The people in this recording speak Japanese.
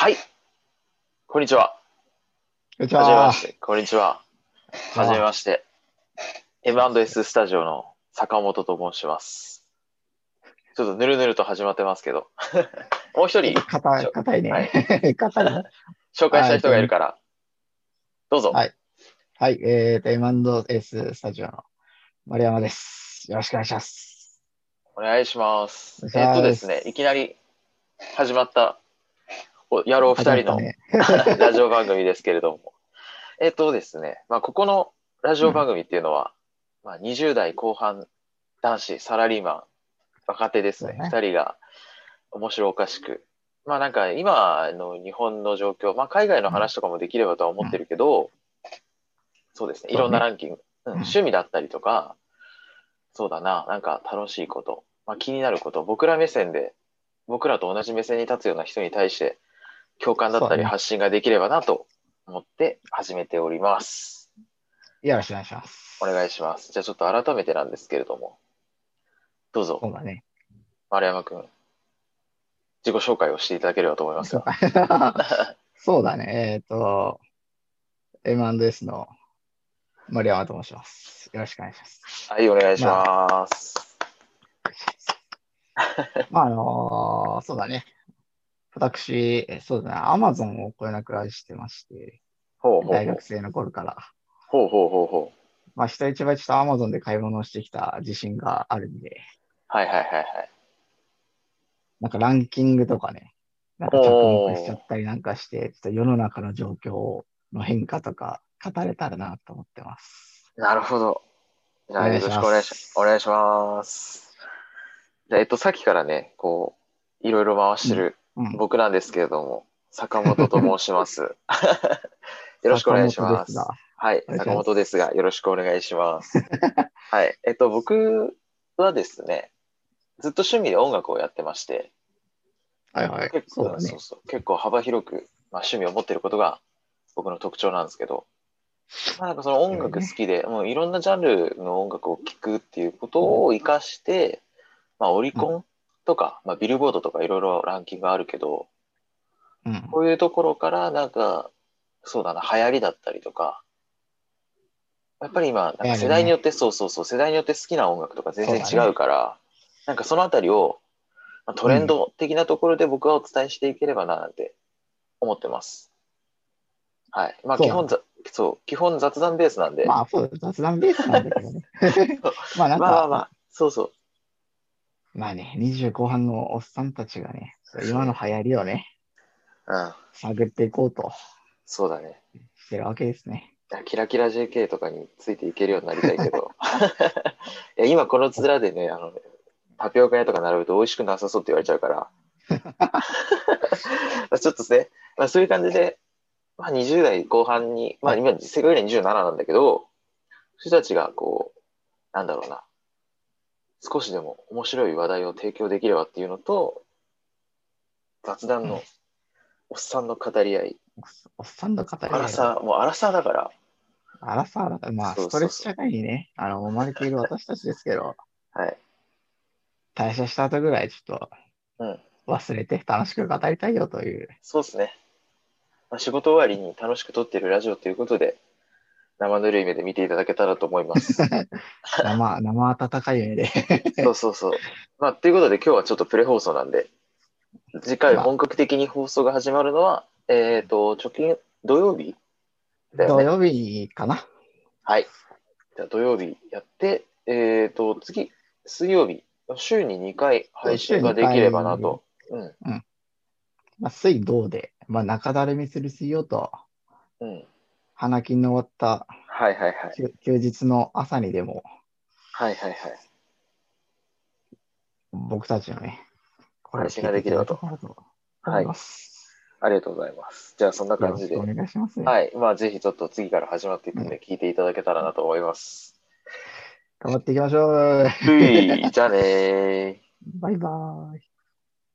はい、こんにちは。 こんにちは。 はじめまして。こんにちは。はじめまして。M&S ススタジオの坂本と申します。ちょっとぬるぬると始まってますけど。もう一人、 ちょっと硬いね。 はい。 硬いね。 紹介したい人がいるから、どうぞ。 はい。はい。M&S スタジオの丸山です。よろしくお願いします。 お願いします。 お願いしまですね、いきなす。 り始まった野郎二人の始まったね。 ラジオ番組ですけれども。ですね、ここのラジうん。 オ番組っていうのは、20代後半男子サラリーマン、若手ですね、 そうね。 二人が面白おかしく。なんか今の日本の状況、海外のうん。 話とかもできればとは思ってうん。 るけど、そうですね、いろんなラそうね。 ンキング、 うん。 趣味だったりとか、そうだな、なんか楽しいこと、気になること、僕ら目線で、僕らと同じ目線に立つような人に対して共感だったりそうね。 発信ができればなと思って始めております。 よろしくお願いしまお願いす。 します。じゃあちょっと改めてなんですけれども、どうぞ、 そうだね。 丸山くん、自己紹介をしていただければと思いますが。 そうか。そうだね。M&S の丸山と申します。よろしくお願いします。 はい、お願いしまあ、 ます。 そうだね。私、そうだね。アマゾンをこよなく愛してまして、 ほうほうほう。 大学生の頃から。 ほうほうほうほう。 まあ、人一倍ちょっとアマゾンで買い物をしてきた自信があるんで、 はいはいはいはい。 なんかランキングとかね、なんか着目しちゃおー、 ったりなんかして、ちょっと世の中の状況の変化とか語れたらなと思ってます。 なるほど。じゃあよろしお願いしまくお願いしす。 ます。じゃあ、さっきからね、いろいろ回しうん。 てるうん。 僕なんですけれども、坂本と申します。よろしくお坂願いし本ですが、 ます。はい、 お願いし坂ます。 本ですが、よろしくお願いします。はい、僕はですね、ずっと趣味で音楽をやってまして、 はいはい。そうだね。 そうそう、結構幅広く、趣味を持っていることが僕の特徴なんですけど、なんかその音それね。 楽好きで、もういろんなジャンルの音楽を聴くっていうことを活かして、オリうん。 コンとか、ビルボードとかいろいろランキングあるけど、 うん。 こういうところからなんか、そうだな、流行りだったりとか、やっぱり今、なんかやはりね。 世代によって、そうそうそう、世代によって好きな音楽とか全然違うそうだね。 から、なんかそのあたりを、トレンうん。 ド的なところで僕はお伝えしていければな、なんて思ってます。はい。 そうだね。 基本雑談ベースなんで、 まあ、そう、雑談ベースなんだけどね。まあ、なんか、 まあまあまあ、そうそまあね、20後半のおっさんたちがね、 う。そう。 今の流行りをね、 うん。 探っていこうとそうだね。 してるわけですね。 キラキラ JK とかについていけるようになりたいけど。いや今この面でね、タピオカ屋とか並ぶと美味しくなさそうって言われちゃうから、ちょっとね、そういう感じで、20代後半に、 はい。 今、正確には27なんだけど、人たちがなんだろうな、少しでも面白い話題を提供できればっていうのと、雑談うん。 のおっさんの語り合い、 おっさんの語り合いを、 もうアラサーだから、 アラサーだから、まあ、 そうそうそストレス社会にね、生まれている私たちですけど、 う。はい。 退社した後ぐらいちょっうん。 と忘れて楽しく語りたいよという、 そうですね。仕事終わりに楽しく撮ってるラジオということで、生ぬるい目で見ていただけたらと思います。 生温かい目でそうそうそう。ということで今日はちょっとプレ放送なんで、次回まあ、 本格的に放送が始まるのは、直近土曜日だよね。 土曜日かな。 はい。じゃあ土曜日やって、次、水曜日、週に2回配信週2 ができれば回、 なと。うん。 うん。まあ、水道で、まあ、中だるみする水曜と、 うん。 花金の終わったはいはいはい。 休日の朝にでも、 はいはいはい。 僕たちのね、声配信を聞いていたができればと。 だけたらと思いはい。 ます。 ありがとうございます。じゃあそんなよろしくお感じで。 願いしますね。 はい。ぜひちょっと次から始まっていくんでうん。 聞いていただけたらなと思います。 頑張っていきましょう。 うい、じゃあねー。 バイバーイ。